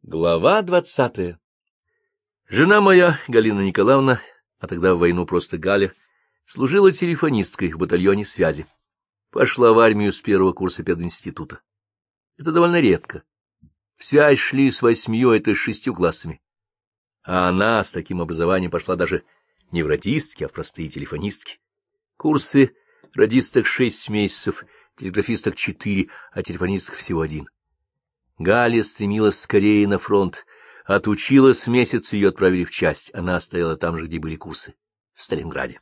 Глава 20. Жена моя, Галина Николаевна, а тогда в войну просто Галя, служила телефонисткой в батальоне связи. Пошла в армию с первого курса пединститута. Это довольно редко. В связь шли с 8, это с 6 классами. А она с таким образованием пошла даже не в радистки, а в простые телефонистки. Курсы радисток 6 месяцев, телеграфисток 4, а телефонисток всего 1. Галя стремилась скорее на фронт. Отучилась месяц, ее отправили в часть. Она стояла там же, где были курсы, в Сталинграде.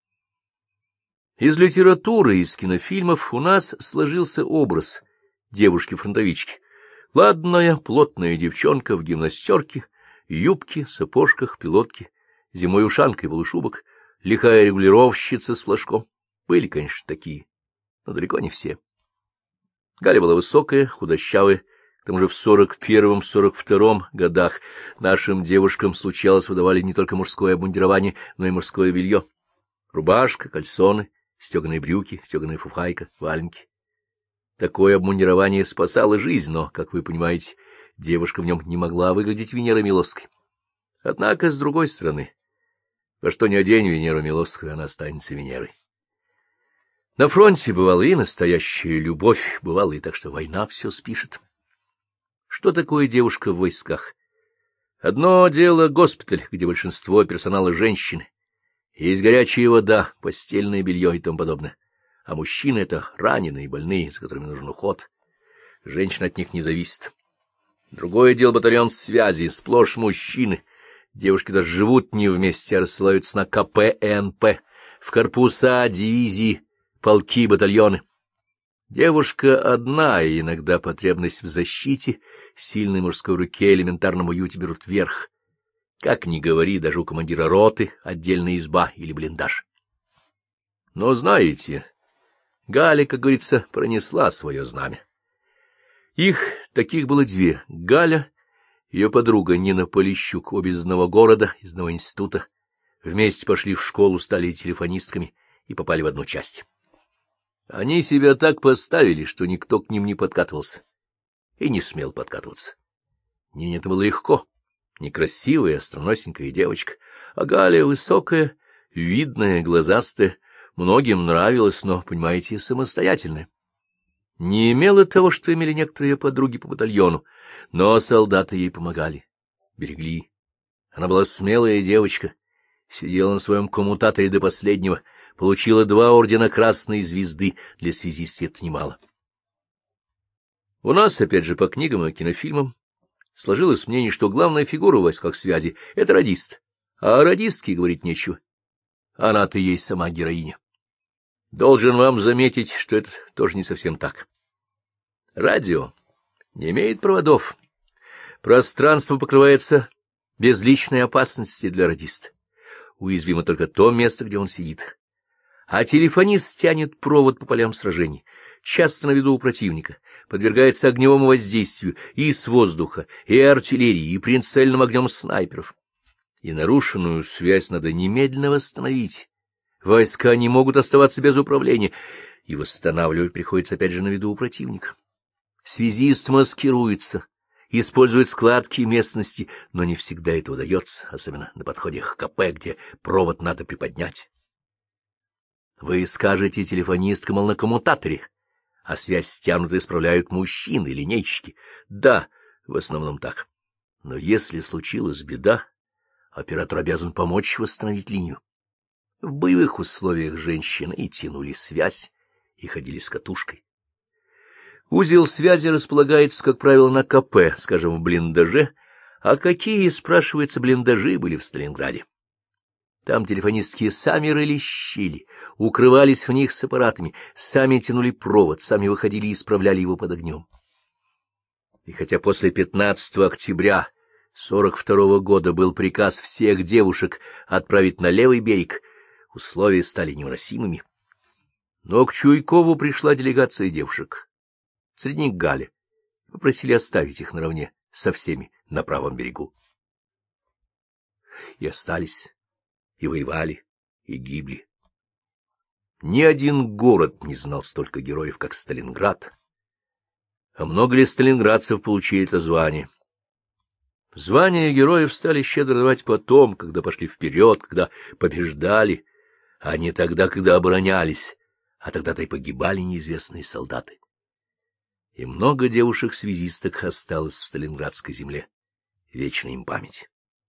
Из литературы, из кинофильмов у нас сложился образ девушки-фронтовички. Ладная, плотная девчонка в гимнастерке, юбке, сапожках, пилотке, зимой ушанка и полушубок, лихая регулировщица с флажком. Были, конечно, такие, но далеко не все. Галя была высокая, худощавая. К тому же в 41-42 годах нашим девушкам случалось выдавали не только мужское обмундирование, но и мужское белье. Рубашка, кальсоны, стеганые брюки, стеганая фуфайка, валенки. Такое обмундирование спасало жизнь, но, как вы понимаете, девушка в нем не могла выглядеть Венерой Милосской. Однако, с другой стороны, во что ни одень Венеру Милосскую, она останется Венерой. На фронте бывала и настоящая любовь, бывало и так, что война все спишет. Что такое девушка в войсках? Одно дело — госпиталь, где большинство персонала — женщины. Есть горячая вода, постельное белье и тому подобное. А мужчины — это раненые и больные, за которыми нужен уход. Женщина от них не зависит. Другое дело — батальон связи, сплошь мужчины. Девушки даже живут не вместе, а рассылаются на КП и НП, в корпуса, дивизии, полки, батальоны. Девушка одна, и иногда потребность в защите, сильной мужской руке, элементарном уюте берут верх. Как ни говори, даже у командира роты отдельная изба или блиндаж. Но знаете, Галя, как говорится, пронесла свое знамя. Их таких было 2. Галя, ее подруга Нина Полищук, обе из одного города, из одного института. Вместе пошли в школу, стали телефонистками и попали в одну часть. Они себя так поставили, что никто к ним не подкатывался и не смел подкатываться. Нине это было легко, некрасивая, остроносенькая девочка, а Галя высокая, видная, глазастая, многим нравилась, но, понимаете, самостоятельная. Не имела того, что имели некоторые подруги по батальону, но солдаты ей помогали, берегли. Она была смелая девочка, сидела на своем коммутаторе до последнего, получила 2 ордена Красной Звезды, для связистов это немало. У нас, опять же, по книгам и кинофильмам сложилось мнение, что главная фигура в войсках связи — это радист, а о радистке говорить нечего. Она-то и есть сама героиня. Должен вам заметить, что это тоже не совсем так. Радио не имеет проводов. Пространство покрывается без личной опасности для радиста. Уязвимо только то место, где он сидит. А телефонист тянет провод по полям сражений, часто на виду у противника, подвергается огневому воздействию и с воздуха, и артиллерии, и прицельным огнем снайперов. И нарушенную связь надо немедленно восстановить. Войска не могут оставаться без управления, и восстанавливать приходится опять же на виду у противника. Связист маскируется, использует складки местности, но не всегда это удается, особенно на подходе к КП, где провод надо приподнять. Вы скажете, телефонистка, мол, на коммутаторе, а связь стянуто исправляют мужчины, линейщики. Да, в основном так. Но если случилась беда, оператор обязан помочь восстановить линию. В боевых условиях женщины и тянули связь, и ходили с катушкой. Узел связи располагается, как правило, на КП, скажем, в блиндаже, а какие, спрашивается, блиндажи были в Сталинграде? Там телефонистки сами рыли щели, укрывались в них с аппаратами, сами тянули провод, сами выходили и исправляли его под огнем. И хотя после 15 октября 42 года был приказ всех девушек отправить на левый берег, условия стали невыносимыми. Но к Чуйкову пришла делегация девушек, среди них Галя, попросили оставить их наравне со всеми на правом берегу. И остались. И воевали, и гибли. Ни один город не знал столько героев, как Сталинград. А много ли сталинградцев получили это звание? Звания героев стали щедро давать потом, когда пошли вперед, когда побеждали, а не тогда, когда оборонялись, а тогда-то и погибали неизвестные солдаты. И много девушек-связисток осталось в Сталинградской земле. Вечная им память.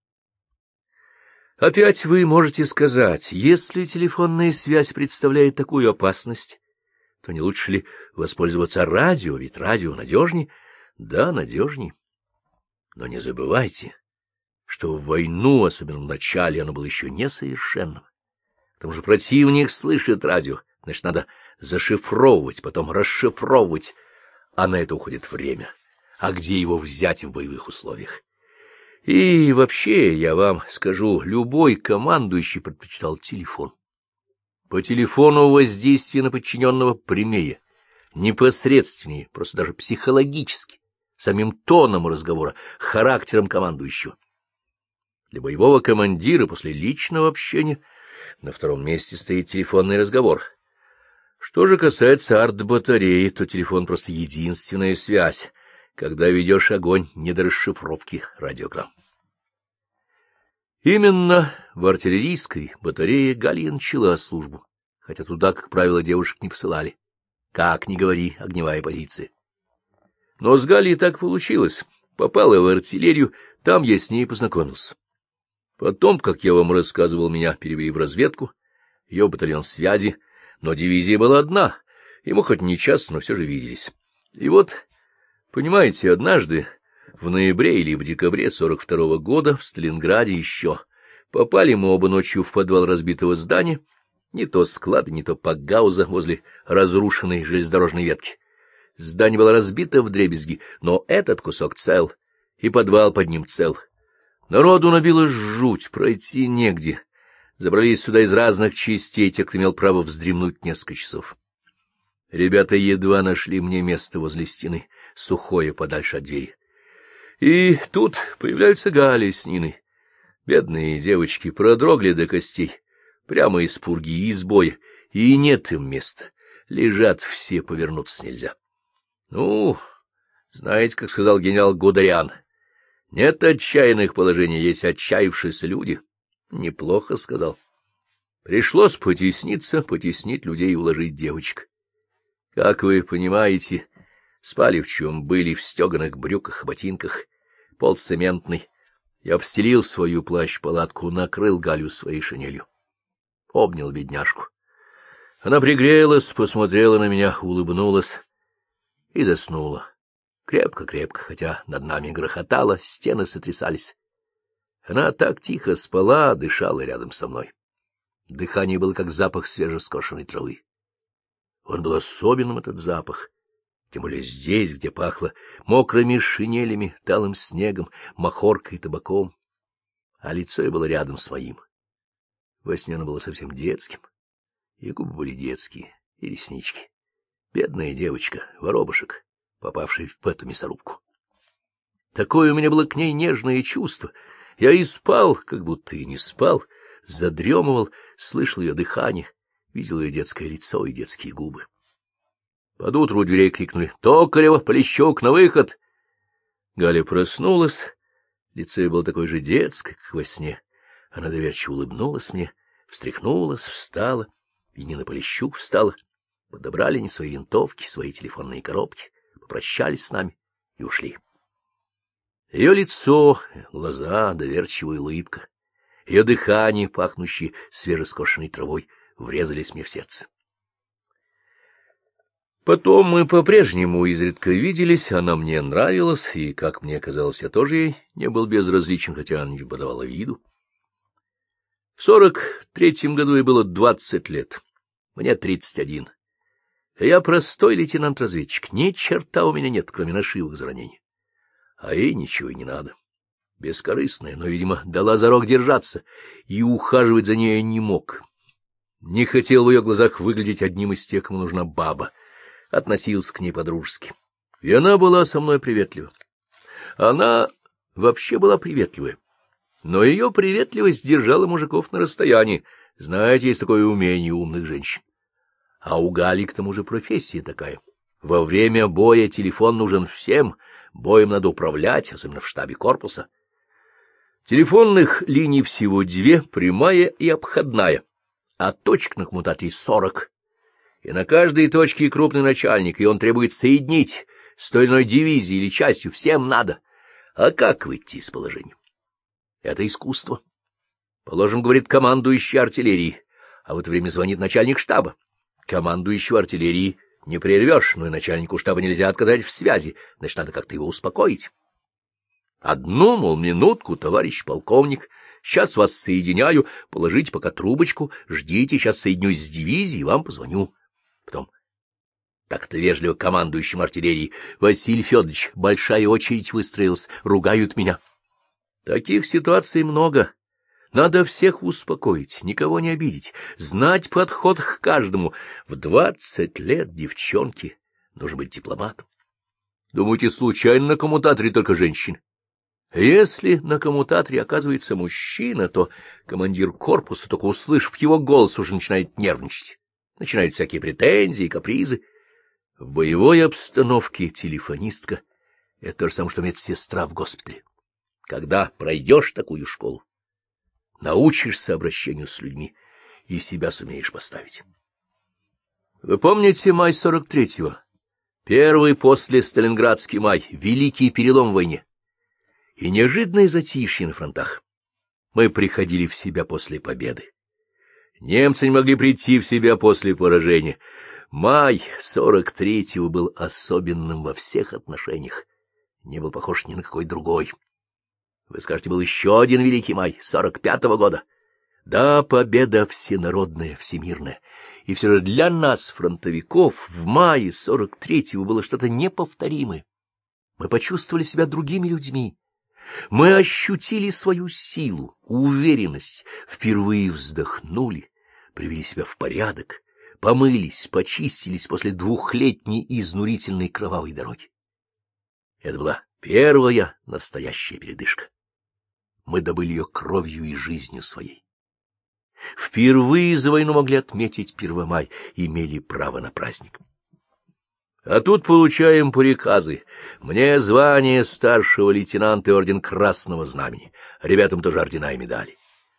Опять вы можете сказать, если телефонная связь представляет такую опасность, то не лучше ли воспользоваться радио, ведь радио надежнее? Да, надежнее. Но не забывайте, что в войну, особенно в начале, оно было еще несовершенным. К тому же противник слышит радио, значит, надо зашифровывать, потом расшифровывать, а на это уходит время. А где его взять в боевых условиях? И вообще, я вам скажу, любой командующий предпочитал телефон. По телефону воздействие на подчиненного прямее, непосредственнее, просто даже психологически, самим тоном разговора, характером командующего. Для боевого командира после личного общения на втором месте стоит телефонный разговор. Что же касается артбатареи, то телефон просто единственная связь, когда ведешь огонь не до расшифровки радиограмм. Именно в артиллерийской батарее Галя начала службу, хотя туда, как правило, девушек не посылали. Как ни говори, огневая позиция. Но с Галей так получилось. Попала в артиллерию, там я с ней познакомился. Потом, как я вам рассказывал, меня перевели в разведку, ее батальон связи, но дивизия была одна, и мы хоть не часто, но все же виделись. И вот, понимаете, однажды, в ноябре или в декабре 42-го года в Сталинграде еще попали мы оба ночью в подвал разбитого здания, не то склада, не то пакгауза возле разрушенной железнодорожной ветки. Здание было разбито вдребезги, но этот кусок цел, и подвал под ним цел. Народу набилась жуть, пройти негде. Забрались сюда из разных частей те, кто имел право вздремнуть несколько часов. Ребята едва нашли мне место возле стены, сухое подальше от двери. И тут появляются Галя с Ниной. Бедные девочки продрогли до костей, прямо из пурги и из боя, и нет им места. Лежат все, повернуться нельзя. Ну, знаете, как сказал генерал Гудериан, нет отчаянных положений, есть отчаявшиеся люди. Неплохо сказал. Пришлось потеснить людей и уложить девочек. Как вы понимаете, спали в чем были, в стеганых брюках и ботинках, пол цементный. Я обстелил свою плащ-палатку, накрыл Галю своей шинелью. Обнял бедняжку. Она пригрелась, посмотрела на меня, улыбнулась и заснула. Крепко-крепко, хотя над нами грохотало, стены сотрясались. Она так тихо спала, дышала рядом со мной. Дыхание было как запах свежескошенной травы. Он был особенным, этот запах, тем более здесь, где пахло мокрыми шинелями, талым снегом, махоркой и табаком. А лицо ее было рядом с моим. Во сне оно было совсем детским, и губы были детские, и реснички. Бедная девочка, воробушек, попавший в эту мясорубку. Такое у меня было к ней нежное чувство. Я и спал, как будто и не спал, задремывал, слышал ее дыхание, видел ее детское лицо и детские губы. Под утро у дверей крикнули: «Токарева, Полищук, на выход!» Галя проснулась, лицо ее было такое же детское, как во сне. Она доверчиво улыбнулась мне, встряхнулась, встала, и Нина Полищук встала. Подобрали они свои винтовки, свои телефонные коробки, попрощались с нами и ушли. Ее лицо, глаза, доверчивая улыбка, ее дыхание, пахнущее свежескошенной травой, врезались мне в сердце. Потом мы по-прежнему изредка виделись, она мне нравилась, и, как мне казалось, я тоже ей не был безразличен, хотя она не подавала виду. В 43-м году ей было 20 лет, мне 31. Я простой лейтенант-разведчик, ни черта у меня нет, кроме нашивок за ранение. А ей ничего и не надо. Бескорыстная, но, видимо, дала зарок держаться, и ухаживать за ней я не мог. Не хотел в ее глазах выглядеть одним из тех, кому нужна баба. Относился к ней по-дружески. И она была со мной приветлива. Она вообще была приветливая. Но ее приветливость держала мужиков на расстоянии. Знаете, есть такое умение у умных женщин. А у Гали, к тому же, профессия такая. Во время боя телефон нужен всем, боем надо управлять, особенно в штабе корпуса. Телефонных линий всего 2, прямая и обходная, а точек на коммутаторе 40. И на каждой точке крупный начальник, и он требует соединить с той или иной дивизией или частью, всем надо. А как выйти из положения? Это искусство. Положим, говорит командующий артиллерией, а в это время звонит начальник штаба. Командующего артиллерии не прервешь, но и начальнику штаба нельзя отказать в связи, значит, надо как-то его успокоить. Одну, мол, минутку, товарищ полковник, сейчас вас соединяю, положите пока трубочку, ждите, сейчас соединюсь с дивизией, вам позвоню. Потом так-то вежливо командующим артиллерией: Василий Федорович, большая очередь выстроилась, ругают меня. Таких ситуаций много. Надо всех успокоить, никого не обидеть, знать подход к каждому. В 20 лет, девчонки, нужно быть дипломатом. Думаете, случайно на коммутаторе только женщины? Если на коммутаторе оказывается мужчина, то командир корпуса, только услышав его голос, уже начинает нервничать. Начинают всякие претензии, капризы. В боевой обстановке телефонистка — это то же самое, что медсестра в госпитале. Когда пройдешь такую школу, научишься обращению с людьми и себя сумеешь поставить. Вы помните май 43-го? Первый после Сталинградский май, великий перелом в войне. И неожиданное затишье на фронтах. Мы приходили в себя после победы. Немцы не могли прийти в себя после поражения. Май 43-го был особенным во всех отношениях. Не был похож ни на какой другой. Вы скажете, был еще один великий май 45-го года. Да, победа всенародная, всемирная. И все же для нас, фронтовиков, в мае 43-го было что-то неповторимое. Мы почувствовали себя другими людьми. Мы ощутили свою силу, уверенность, впервые вздохнули, привели себя в порядок, помылись, почистились после 2-летней изнурительной кровавой дороги. Это была первая настоящая передышка. Мы добыли ее кровью и жизнью своей. Впервые за войну могли отметить Первомай, имели право на праздник. А тут получаем приказы. Мне звание старшего лейтенанта и орден Красного Знамени. Ребятам тоже ордена и медали.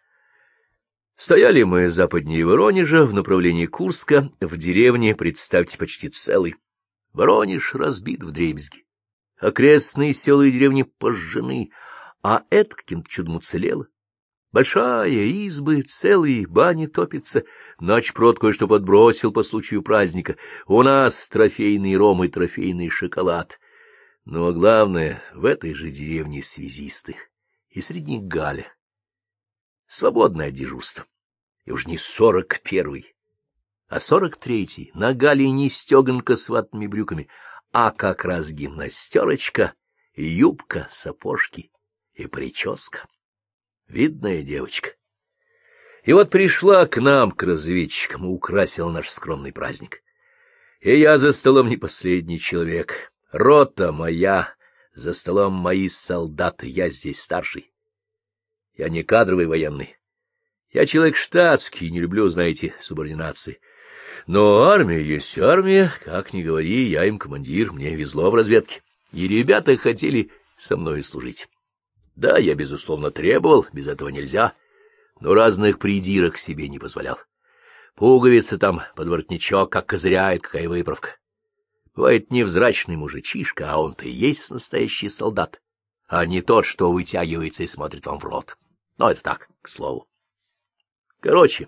Стояли мы западнее Воронежа, в направлении Курска, в деревне, представьте, почти целый. Воронеж разбит вдребезги. Окрестные села и деревни пожжены, а это каким-то чудом уцелело. Большая избы, целые бани топятся. Начпрод кое-что подбросил по случаю праздника. У нас трофейный ром и трофейный шоколад. Ну, а главное, в этой же деревне связисты. И среди них Галя. Свободное от дежурства. И уж не 41-й, а 43-й. На Гале не стеганка с ватными брюками, а как раз гимнастерочка, юбка, сапожки и прическа. Видная девочка. И вот пришла к нам, к разведчикам, и украсила наш скромный праздник. И я за столом не последний человек. Рота моя, за столом мои солдаты, я здесь старший. Я не кадровый военный. Я человек штатский, не люблю, знаете, субординации. Но армия есть армия, как ни говори, я им командир, мне везло в разведке. И ребята хотели со мной служить. Да, я, безусловно, требовал, без этого нельзя, но разных придирок себе не позволял. Пуговицы там под воротничок, как козыряет, какая выправка. Бывает невзрачный мужичишка, а он-то и есть настоящий солдат, а не тот, что вытягивается и смотрит вам в рот. Но это так, к слову. Короче,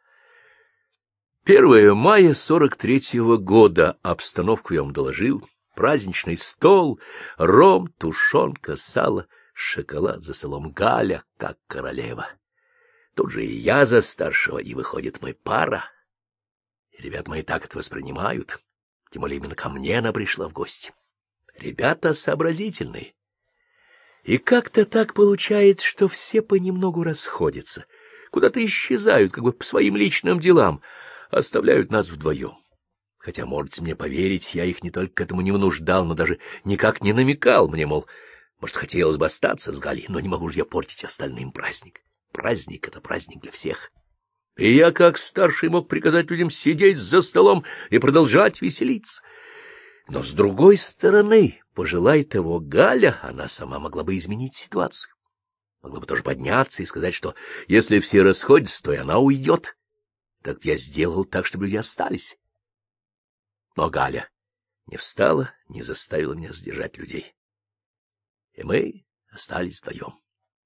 1 мая 43-го года, обстановку я вам доложил, праздничный стол, ром, тушенка, сало, шоколад, за столом Галя, как королева. Тут же и я за старшего, и выходит мы пара. И ребята мои так это воспринимают, тем более именно ко мне она пришла в гости. Ребята сообразительные. И как-то так получается, что все понемногу расходятся, куда-то исчезают, как бы по своим личным делам, оставляют нас вдвоем. Хотя, можете мне поверить, я их не только к этому не вынуждал, но даже никак не намекал мне, мол, может, хотелось бы остаться с Галей, но не могу же я портить остальным праздник. Праздник — это праздник для всех. И я, как старший, мог приказать людям сидеть за столом и продолжать веселиться. Но, с другой стороны, пожелай того Галя, она сама могла бы изменить ситуацию. Могла бы тоже подняться и сказать, что если все расходятся, то и она уйдет. Так я сделал так, чтобы люди остались. Но Галя не встала, не заставила меня задержать людей. И мы остались вдвоем.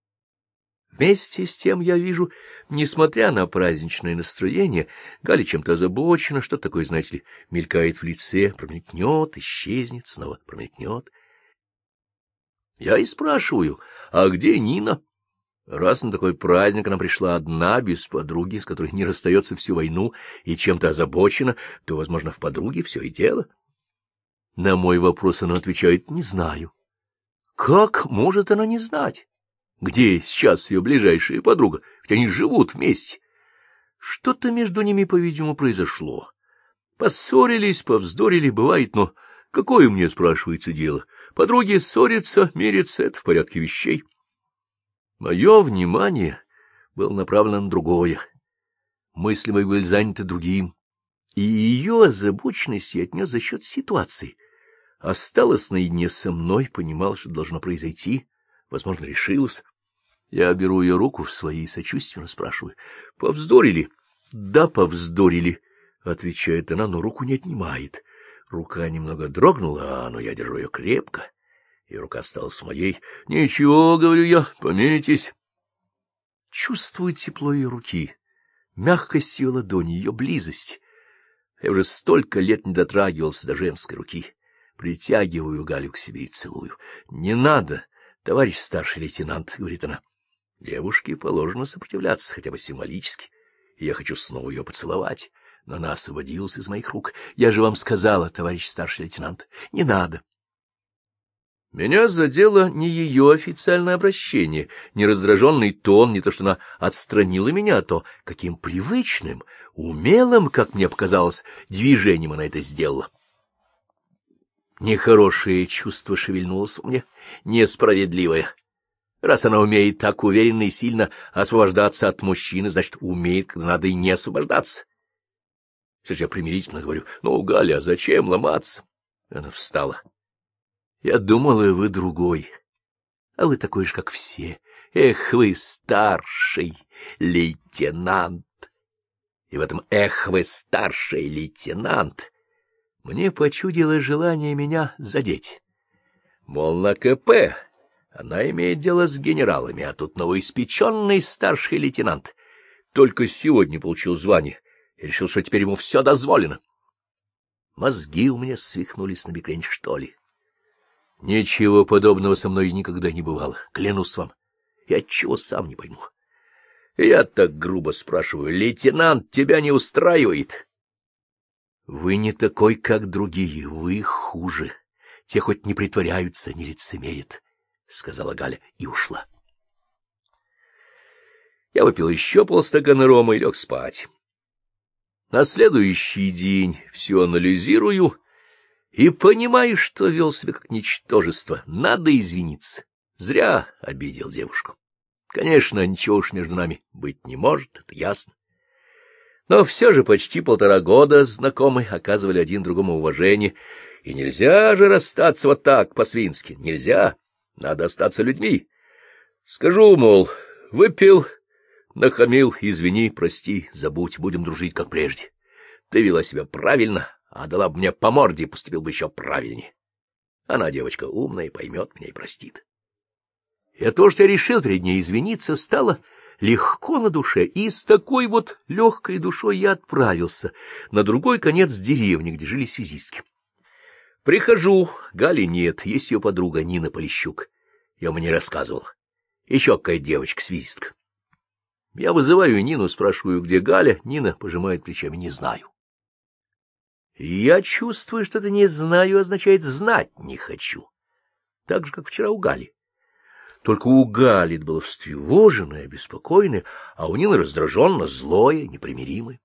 Вместе с тем я вижу, несмотря на праздничное настроение, Галя чем-то озабочена, что такое, знаете ли, мелькает в лице, промелькнет, исчезнет, снова промелькнет. Я и спрашиваю, а где Нина? Раз на такой праздник она пришла одна, без подруги, с которой не расстается всю войну, и чем-то озабочена, то, возможно, в подруге все и дело. На мой вопрос она отвечает: не знаю. Как может она не знать? Где сейчас ее ближайшая подруга? Ведь они живут вместе. Что-то между ними, по-видимому, произошло. Поссорились, повздорили, бывает, но какое мне, спрашивается, дело? Подруги ссорятся, мирятся — это в порядке вещей. Мое внимание было направлено на другое. Мысли мои были заняты другим, и ее озабоченность я отнес за счет ситуации. Осталась наедине со мной, понимала, что должно произойти, возможно, решилась. Я беру ее руку в свои и сочувственно спрашиваю: повздорили? — Да, повздорили, — отвечает она, но руку не отнимает. Рука немного дрогнула, но я держу ее крепко. И рука стала с моей. — Ничего, — говорю я, — помиритесь. Чувствую тепло ее руки, мягкость ее ладони, ее близость. Я уже столько лет не дотрагивался до женской руки. Притягиваю Галю к себе и целую. — Не надо, товарищ старший лейтенант, — говорит она. Девушке положено сопротивляться, хотя бы символически. И я хочу снова ее поцеловать, но она освободилась из моих рук. Я же вам сказала, товарищ старший лейтенант, не надо. Меня задело не ее официальное обращение, не раздраженный тон, не то, что она отстранила меня, а то, каким привычным, умелым, как мне показалось, движением она это сделала. Нехорошее чувство шевельнулось во мне, несправедливое. Раз она умеет так уверенно и сильно освобождаться от мужчины, значит, умеет, когда надо и не освобождаться. Все же я примирительно говорю: ну, Галя, зачем ломаться? Она встала. Я думала, вы другой, а вы такой же, как все. Эх, вы старший лейтенант. И в этом «эх, вы старший лейтенант» мне почудилось желание меня задеть. Мол, на КП она имеет дело с генералами, а тут новоиспеченный старший лейтенант. Только сегодня получил звание и решил, что теперь ему все дозволено. Мозги у меня свихнулись на бекрень, что ли. Ничего подобного со мной никогда не бывало, клянусь вам. Я отчего сам не пойму. Я так грубо спрашиваю: лейтенант, тебя не устраивает? Вы не такой, как другие, вы хуже. Те хоть не притворяются, не лицемерят, — сказала Галя и ушла. Я выпил еще полстакана рома и лег спать. На следующий день все анализирую и понимаю, что вел себя как ничтожество. Надо извиниться. Зря обидел девушку. Конечно, ничего уж между нами быть не может, это ясно. Но все же почти 1,5 года знакомы, оказывали один другому уважение. И нельзя же расстаться вот так, по-свински. Нельзя. Надо остаться людьми. Скажу, мол, выпил, нахамил, извини, прости, забудь, будем дружить, как прежде. Ты вела себя правильно, а дала бы мне по морде, поступил бы еще правильнее. Она девочка умная, поймет меня и простит. И то, что я решил перед ней извиниться, стало легко на душе, и с такой вот легкой душой я отправился на другой конец деревни, где жили связистки. Прихожу, Гали нет, есть ее подруга Нина Полищук. Я мне рассказывал. Еще какая девочка-связистка. Я вызываю Нину, спрашиваю, где Галя. Нина пожимает плечами: не знаю. Я чувствую, что это «не знаю» означает «знать не хочу». Так же, как вчера у Гали. Только у Гали это было встревоженное, беспокойное, а у Нины раздраженно, злое, непримиримое.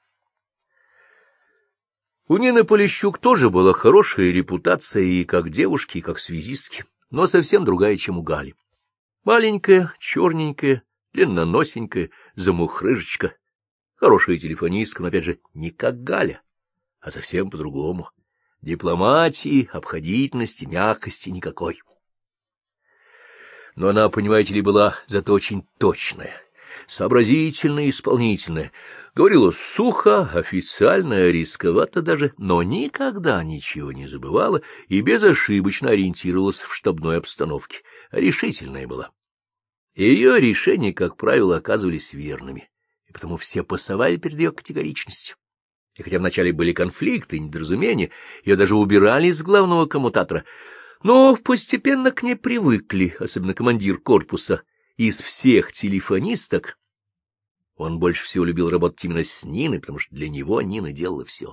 У Нины Полищук тоже была хорошая репутация и как девушки, и как связистки, но совсем другая, чем у Гали. Маленькая, черненькая, длинноносенькая, замухрыжечка, хорошая телефонистка, но, опять же, не как Галя, а совсем по-другому. Дипломатии, обходительности, мягкости никакой. Но она, понимаете ли, была зато очень точная, сообразительная и исполнительная. Говорила сухо, официально, рисковато даже, но никогда ничего не забывала и безошибочно ориентировалась в штабной обстановке. Решительная была. Ее решения, как правило, оказывались верными, и потому все пасовали перед ее категоричностью. И хотя вначале были конфликты и недоразумения, ее даже убирали из главного коммутатора, но постепенно к ней привыкли, особенно командир корпуса. Из всех телефонисток он больше всего любил работать именно с Ниной, потому что для него Нина делала все.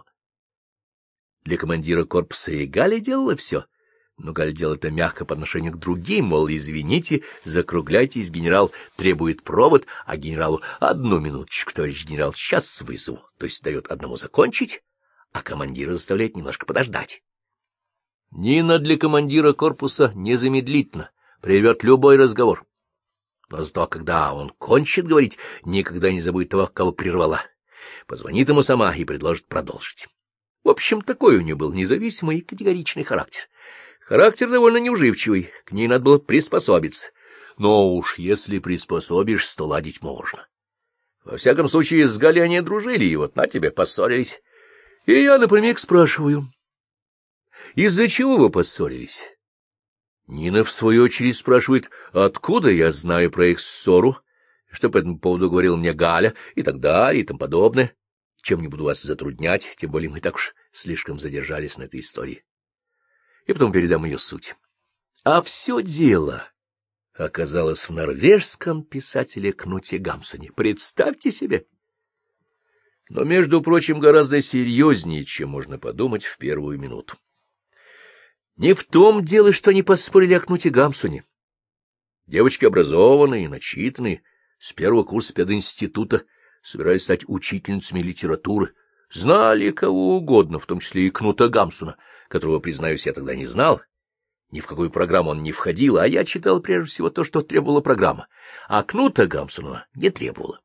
Для командира корпуса и Галя делала все, но Галя делала это мягко по отношению к другим, мол, извините, закругляйтесь, генерал требует провод, а генералу: одну минуточку, товарищ генерал, сейчас вызову. То есть дает одному закончить, а командира заставляет немножко подождать. Нина для командира корпуса незамедлительно прервет любой разговор. Но зато, когда он кончит говорить, никогда не забудет того, кого прервала. Позвонит ему сама и предложит продолжить. В общем, такой у нее был независимый и категоричный характер. Характер довольно неуживчивый, к ней надо было приспособиться. Но уж если приспособишься, то ладить можно. Во всяком случае, с Галей они дружили, и вот на тебе поссорились. И я напрямик спрашиваю: из-за чего вы поссорились? Нина, в свою очередь, спрашивает, откуда я знаю про их ссору, что по этому поводу говорила мне Галя, и так далее, и тому подобное. Чем не буду вас затруднять, тем более мы так уж слишком задержались на этой истории. И потом передам ее суть. А все дело оказалось в норвежском писателе Кнуте Гамсуне. Представьте себе! Но, между прочим, гораздо серьезнее, чем можно подумать в первую минуту. Не в том дело, что они поспорили о Кнуте Гамсуне. Девочки образованные, начитанные, с первого курса пединститута собирались стать учительницами литературы, знали кого угодно, в том числе и Кнута Гамсуна, которого, признаюсь, я тогда не знал. Ни в какую программу он не входил, а я читал прежде всего то, что требовала программа, а Кнута Гамсуна не требовала.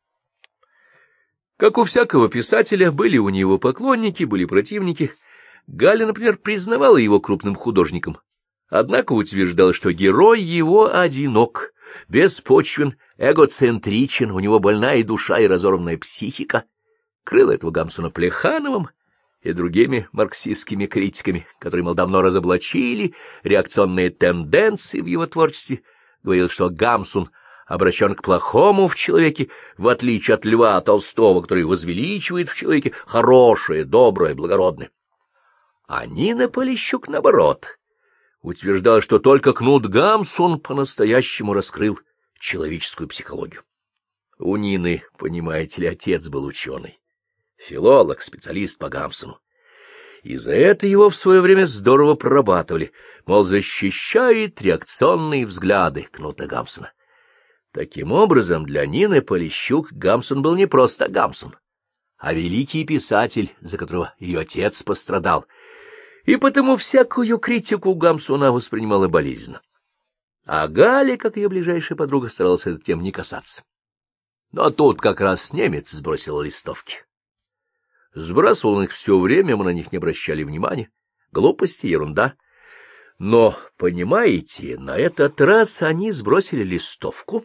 Как у всякого писателя, были у него поклонники, были противники. Галя, например, признавала его крупным художником, однако утверждала, что герой его одинок, беспочвен, эгоцентричен, у него больная душа и разорванная психика. Крыла этого Гамсуна Плехановым и другими марксистскими критиками, которые, мол, давно разоблачили реакционные тенденции в его творчестве. Говорил, что Гамсун обращен к плохому в человеке, в отличие от Льва Толстого, который возвеличивает в человеке хорошее, доброе, благородное. А Нина Полищук, наоборот, утверждала, что только Кнут Гамсун по-настоящему раскрыл человеческую психологию. У Нины, понимаете ли, отец был ученый, филолог, специалист по Гамсуну. И за это его в свое время здорово прорабатывали, мол, защищает реакционные взгляды Кнута Гамсуна. Таким образом, для Нины Полищук Гамсун был не просто Гамсун, а великий писатель, за которого ее отец пострадал, и потому всякую критику Гамсуна воспринимала болезненно. А Галя, как ее ближайшая подруга, старалась этой темы не касаться. Но тут как раз немец сбросил листовки. Сбрасывал он их все время, мы на них не обращали внимания. Глупости, ерунда. Но, понимаете, на этот раз они сбросили листовку,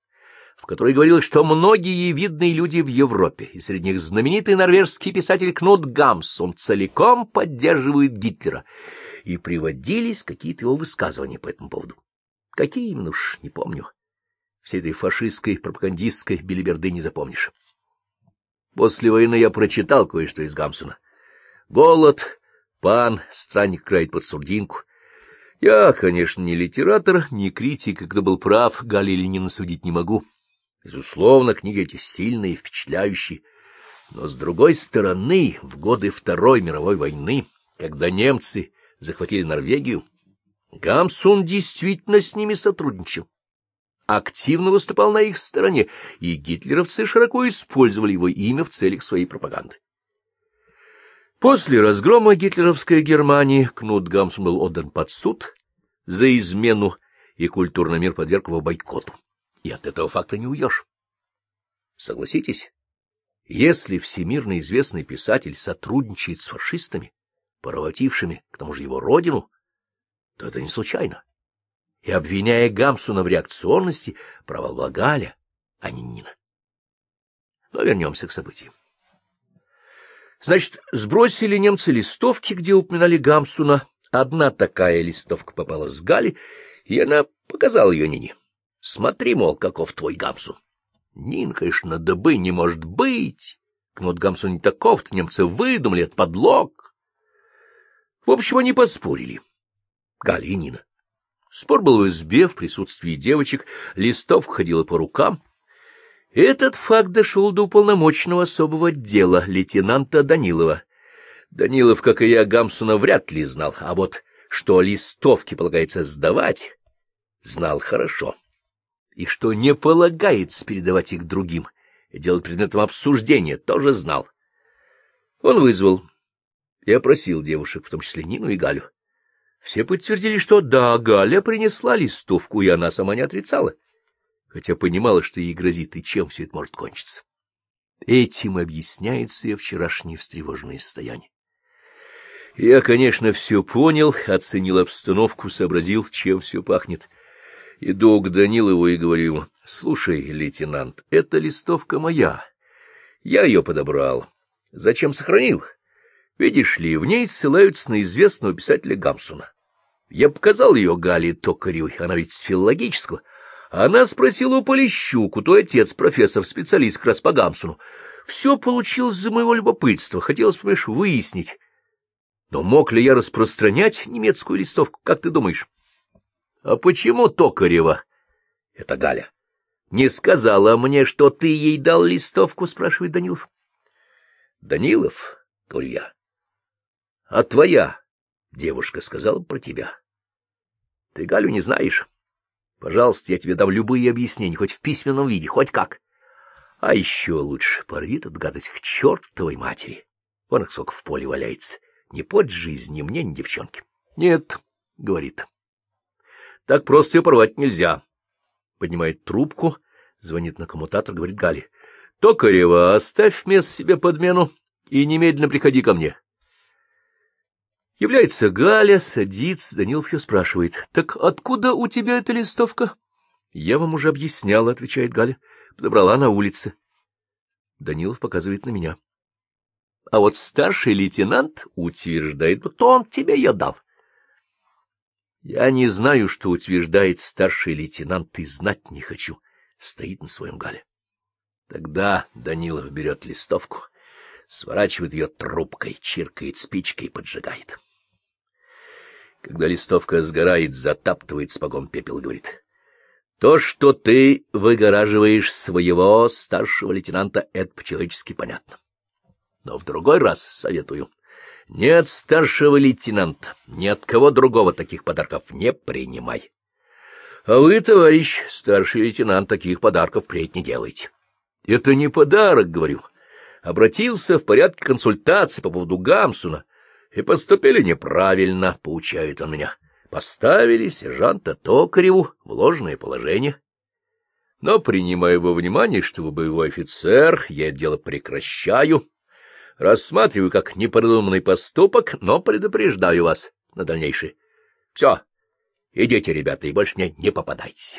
в которой говорилось, что многие видные люди в Европе, и среди них знаменитый норвежский писатель Кнут Гамсун, целиком поддерживают Гитлера, и приводились какие-то его высказывания по этому поводу. Какие именно уж не помню. Всей этой фашистской, пропагандистской белиберды не запомнишь. После войны я прочитал кое-что из Гамсуна. «Голод», «Пан», «Странник краит под сурдинку». Я, конечно, не литератор, не критик, и кто был прав, Галя или Нина судить не могу. Безусловно, книги эти сильные и впечатляющие. Но, с другой стороны, в годы Второй мировой войны, когда немцы захватили Норвегию, Гамсун действительно с ними сотрудничал, активно выступал на их стороне, и гитлеровцы широко использовали его имя в целях своей пропаганды. После разгрома гитлеровской Германии Кнут Гамсун был отдан под суд за измену, и культурный мир подверг его бойкоту. И от этого факта не уйдешь. Согласитесь, если всемирно известный писатель сотрудничает с фашистами, поработившими к тому же его родину, то это не случайно. и обвиняя Гамсуна в реакционности, провал была Галя, а не Нина. Но вернемся к событиям. Значит, сбросили немцы листовки, где упоминали Гамсуна. Одна такая листовка попала с Гали, и она показала ее Нине. Смотри, мол, каков твой Гамсун. Нин, конечно, дыбы не может быть. Кнут Гамсун не таков-то, немцы выдумали, это подлог. В общем, они поспорили. Галя и Нина. Спор был в избе, в присутствии девочек, листовка ходила по рукам. Этот факт дошел до уполномоченного особого отдела лейтенанта Данилова. Данилов, как и я, Гамсуна вряд ли знал, а вот что листовки полагается сдавать, знал хорошо. И что не полагается передавать их другим и делать предметом обсуждения, тоже знал. Он вызвал и опросил девушек, в том числе Нину и Галю. Все подтвердили, что да, Галя принесла листовку, и она сама не отрицала, хотя понимала, что ей грозит и чем все это может кончиться. Этим объясняется ее вчерашнее встревоженное состояние. Я, конечно, все понял, оценил обстановку, сообразил, чем все пахнет. Иду к Данилову и говорю ему: слушай, лейтенант, эта листовка моя. Я ее подобрал. Зачем сохранил? Видишь ли, в ней ссылаются на известного писателя Гамсуна. Я показал ее Гале Токаревой, она ведь с филологического. Она спросила у Полищуку, то отец, профессор, специалист как раз по Гамсуну. Все получилось из-за моего любопытства, хотелось, понимаешь, выяснить. Но мог ли я распространять немецкую листовку, как ты думаешь? — А почему Токарева? — Это Галя. — Не сказала мне, что ты ей дал листовку, — спрашивает Данилов. — Данилов, — говорю я, — а твоя девушка сказала про тебя. Ты Галю не знаешь. Пожалуйста, я тебе дам любые объяснения, хоть в письменном виде, хоть как. А еще лучше порви тут гадость к чертовой матери. Вон их сколько в поле валяется. Не под жизнь ни мне, ни девчонке. — Нет, — говорит. — Так просто ее порвать нельзя. Поднимает трубку, звонит на коммутатор, говорит Гале: — Токарева, оставь место себе подмену и немедленно приходи ко мне. Является Галя, садится, Данилов ее спрашивает: — Так откуда у тебя эта листовка? — Я вам уже объясняла, — отвечает Галя. — Подобрала на улице. Данилов показывает на меня. — А вот старший лейтенант утверждает, что он тебе ее дал. Я не знаю, что утверждает старший лейтенант, и знать не хочу. Стоит на своем Галя. Тогда Данилов берет листовку, сворачивает ее трубкой, чиркает спичкой и поджигает. Когда листовка сгорает, затаптывает сапогом пепел, говорит: — То, что ты выгораживаешь своего старшего лейтенанта, это по-человечески понятно. Но в другой раз советую: ни от старшего лейтенанта, ни от кого другого таких подарков не принимай. А вы, товарищ старший лейтенант, таких подарков впредь не делайте. — Это не подарок, — говорю. Обратился в порядке консультации по поводу Гамсуна, и поступили неправильно, — поучает он меня. Поставили сержанта Токареву в ложное положение. Но, принимая во внимание, что вы боевой офицер, я это дело прекращаю, рассматриваю как непродуманный поступок, но предупреждаю вас на дальнейшее. Все, идите, ребята, и больше мне не попадайтесь.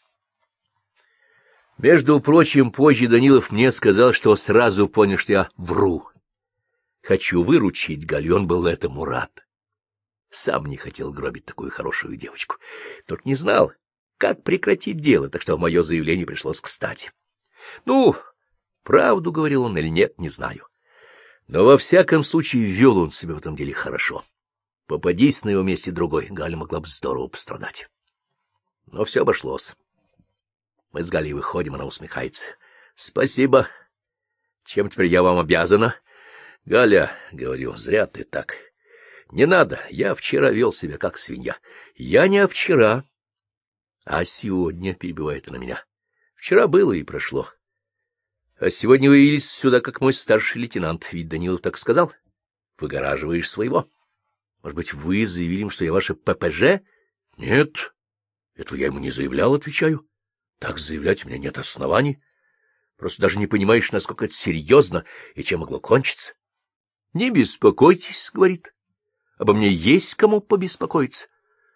Между прочим, позже Данилов мне сказал, что сразу понял, что я вру. Хочу выручить Галю, он был этому рад. Сам не хотел гробить такую хорошую девочку. Только не знал, как прекратить дело, так что мое заявление пришлось кстати. Ну, правду говорил он или нет, не знаю. Но во всяком случае вел он себя в этом деле хорошо. Попадись на его месте другой, Галя могла бы здорово пострадать. Но все обошлось. Мы с Галей выходим, она усмехается. — Спасибо. Чем теперь я вам обязана? — Галя, — говорю, — зря ты так. Не надо, я вчера вел себя как свинья. — Я не вчера, а сегодня, — перебивает она меня. — Вчера было и прошло. А сегодня вы явились сюда, как мой старший лейтенант. Ведь Данилов так сказал. Выгораживаешь своего. Может быть, вы заявили им, что я ваше ППЖ? — Нет, этого я ему не заявлял, — отвечаю. Так заявлять у меня нет оснований. Просто даже не понимаешь, насколько это серьезно и чем могло кончиться. — Не беспокойтесь, — говорит. — Обо мне есть кому побеспокоиться.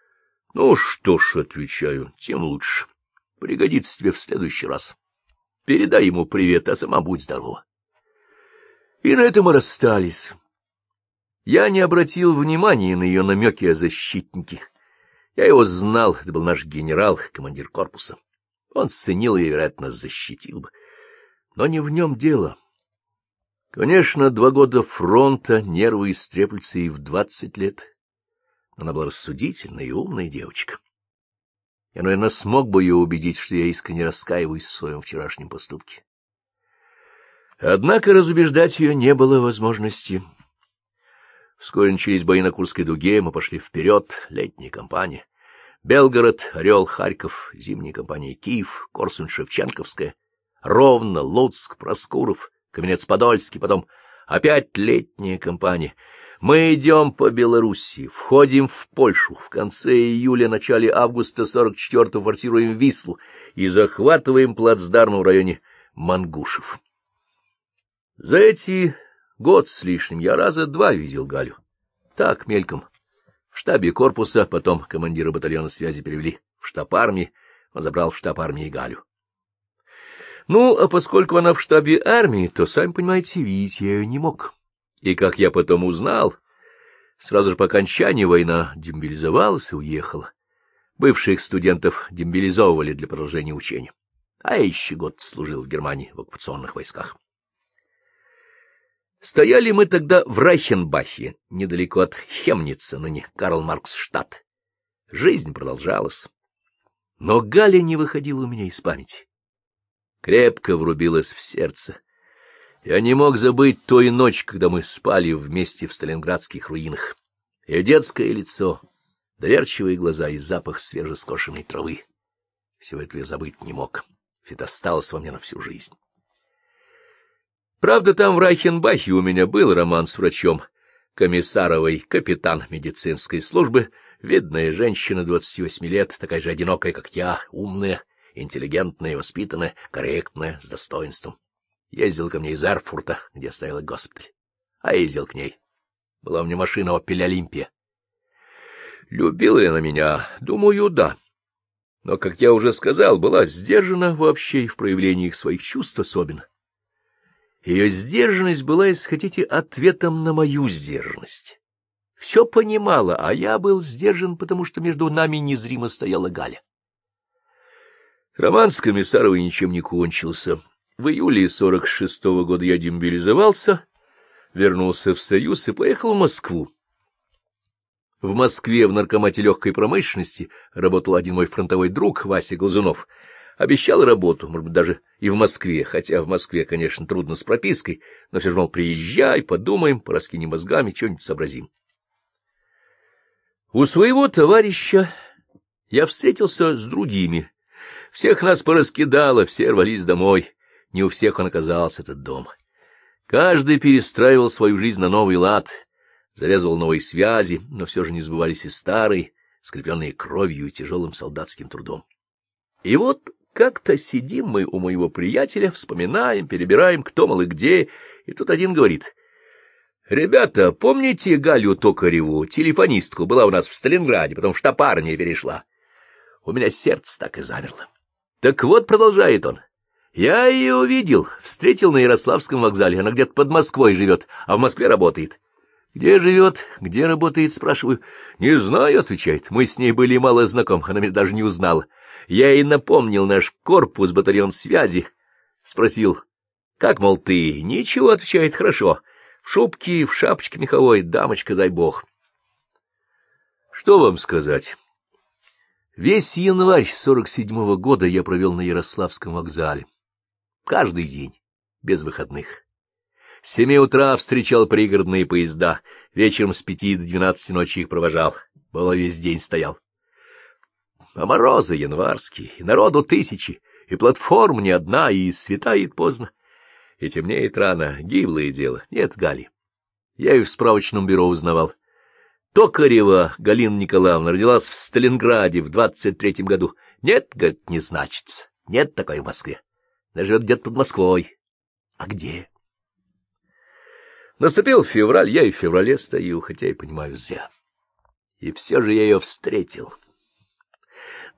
Ну что ж, отвечаю, тем лучше. Пригодится тебе в следующий раз. Передай ему привет, а сама будь здорова. И на этом мы расстались. Я не обратил внимания на ее намеки о защитнике. Я его знал, это был наш генерал, командир корпуса. Он ценил ее, вероятно, защитил бы. Но не в нем дело. Конечно, 2 года фронта, нервы истреплются и в 20 лет. Но она была рассудительная и умная девочка. Я, наверное, смог бы ее убедить, что я искренне раскаиваюсь в своем вчерашнем поступке. Однако разубеждать ее не было возможности. Вскоре начались бои на Курской дуге, мы пошли вперед, летняя кампания. Белгород, Орел, Харьков, зимняя кампания Киев, Корсунь-Шевченковская, Ровно, Луцк, Проскуров, Каменец-Подольский, потом опять летняя кампания. Мы идем по Белоруссии, входим в Польшу, в конце июля, начале августа 44-го форсируем Вислу и захватываем плацдарм в районе Мангушев. За эти год с лишним я раза 2 видел Галю. Так, мельком. В штабе корпуса, потом командира батальона связи перевели в штаб армии, он забрал в штаб армии Галю. Ну, а поскольку она в штабе армии, то, сами понимаете, видеть я ее не мог. И, как я потом узнал, сразу же по окончании война демобилизовалась и уехала. Бывших студентов демобилизовывали для продолжения учения. А я еще год служил в Германии в оккупационных войсках. Стояли мы тогда в Райхенбахе, недалеко от Хемница, ныне Карл-Маркс-штадт. Жизнь продолжалась. Но Галя не выходила у меня из памяти. Крепко врубилась в сердце. Я не мог забыть той ночи, когда мы спали вместе в сталинградских руинах. Ее детское лицо, доверчивые глаза и запах свежескошенной травы. Всего этого я забыть не мог. Все это осталось во мне на всю жизнь. Правда, там в Райхенбахе у меня был роман с врачом Комиссаровой, капитан медицинской службы, видная женщина 28 лет, такая же одинокая, как я, умная, интеллигентная, воспитанная, корректная, с достоинством. Ездил ко мне из Эрфурта, где стоял госпиталь. А ездил к ней. Была у меня машина «Опель Олимпия». Любила ли она меня? Думаю, да. Но, как я уже сказал, была сдержана вообще и в проявлении своих чувств особенно. Ее сдержанность была, если хотите, ответом на мою сдержанность. Все понимала, а я был сдержан, потому что между нами незримо стояла Галя. Роман с Комиссаровой ничем не кончился. В июле 46-го года я демобилизовался, вернулся в Союз и поехал в Москву. В Москве в наркомате легкой промышленности работал один мой фронтовой друг, Вася Глазунов. Обещал работу, может быть, даже и в Москве, хотя в Москве, конечно, трудно с пропиской, но все же, мол, приезжай, подумаем, пораскинем мозгами, что-нибудь сообразим. У своего товарища я встретился с другими. Всех нас пораскидало, все рвались домой. Не у всех он оказался, этот дом. Каждый перестраивал свою жизнь на новый лад, завязывал новые связи, но все же не сбывались и старые, скрепленные кровью и тяжелым солдатским трудом. И вот как-то сидим мы у моего приятеля, вспоминаем, перебираем, кто, мол, и где, и тут один говорит: «Ребята, помните Галю Токареву, телефонистку, была у нас в Сталинграде, потом в штаб армии перешла?» У меня сердце так и замерло. Так вот, продолжает он, я ее увидел, встретил на Ярославском вокзале, она где-то под Москвой живет, а в Москве работает. Где живет, где работает, спрашиваю. Не знаю, отвечает, мы с ней были мало знакомы, она меня даже не узнала. Я ей напомнил наш корпус, батальон связи. Спросил, как, мол, ты? Ничего, отвечает, хорошо. В шубке, в шапочке меховой, дамочка, дай бог. Что вам сказать? Весь январь 47-го года я провел на Ярославском вокзале. Каждый день, без выходных. С 7 утра встречал пригородные поезда, вечером с 5 до 12 ночи их провожал. Было весь день стоял. А морозы январские, и народу тысячи, и платформ не одна, и светает поздно. И темнеет рано, гиблое дело, нет Гали. Я ее в справочном бюро узнавал. Токарева Галина Николаевна родилась в Сталинграде в 23-м году. Нет, говорит, не значится, нет такой в Москве. Она живет где-то под Москвой. А где? Наступил февраль, я и в феврале стою, хотя и понимаю зря. И все же я ее встретил.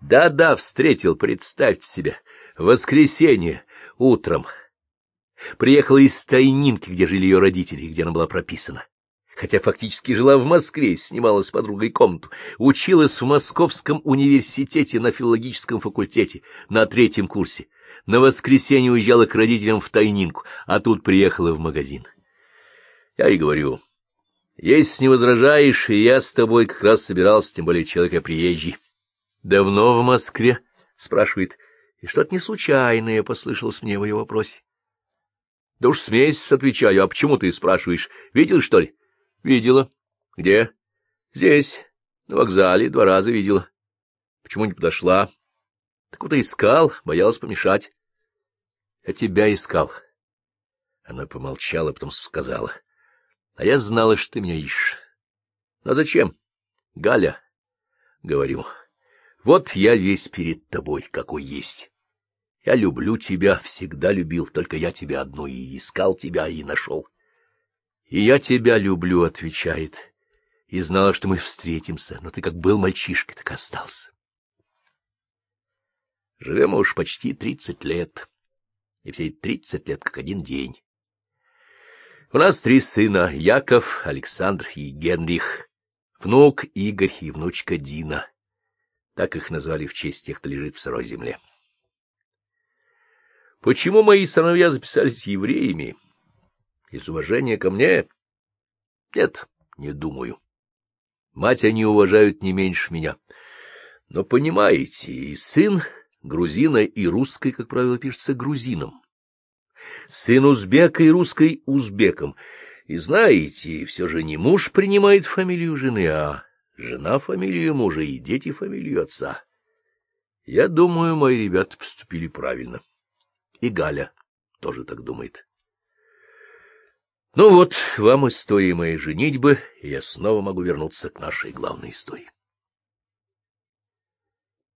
Да-да, встретил, представьте себе, в воскресенье утром. Приехала из Тайнинки, где жили ее родители, где она была прописана. Хотя фактически жила в Москве, снимала с подругой комнату, училась в Московском университете на филологическом факультете на 3-м курсе. На воскресенье уезжала к родителям в Тайнинку, а тут приехала в магазин. Я и говорю, если не возражаешь, и я с тобой как раз собирался, тем более человек я приезжий. Давно в Москве? — спрашивает. И что-то не случайное послышалось мне в ее вопросе. Да уж с месяц отвечаю. А почему ты спрашиваешь? Видел, что ли? Видела. Где? Здесь, на вокзале, 2 раза видела. Почему не подошла? Так вот и искал, боялась помешать. Я тебя искал. Она помолчала, потом сказала. А я знала, что ты меня ищешь. Но зачем? Галя, говорю, вот я весь перед тобой, какой есть. Я люблю тебя, всегда любил, только я тебя одну и искал тебя, и нашел. И я тебя люблю, отвечает, и знала, что мы встретимся, но ты как был мальчишкой, так и остался. Живем мы уж почти 30 лет, и все эти 30 лет как один день. У нас 3 сына, Яков, Александр и Генрих, внук Игорь и внучка Дина. Так их назвали в честь тех, кто лежит в сырой земле. Почему мои сыновья записались евреями? Из уважения ко мне? Нет, не думаю. Мать они уважают не меньше меня. Но понимаете, и сын грузина и русской, как правило, пишется грузином. Сын узбека и русской узбеком. И знаете, все же не муж принимает фамилию жены, а жена фамилию мужа и дети фамилию отца. Я думаю, мои ребята поступили правильно. И Галя тоже так думает. Ну вот, вам история моей женитьбы, и я снова могу вернуться к нашей главной истории.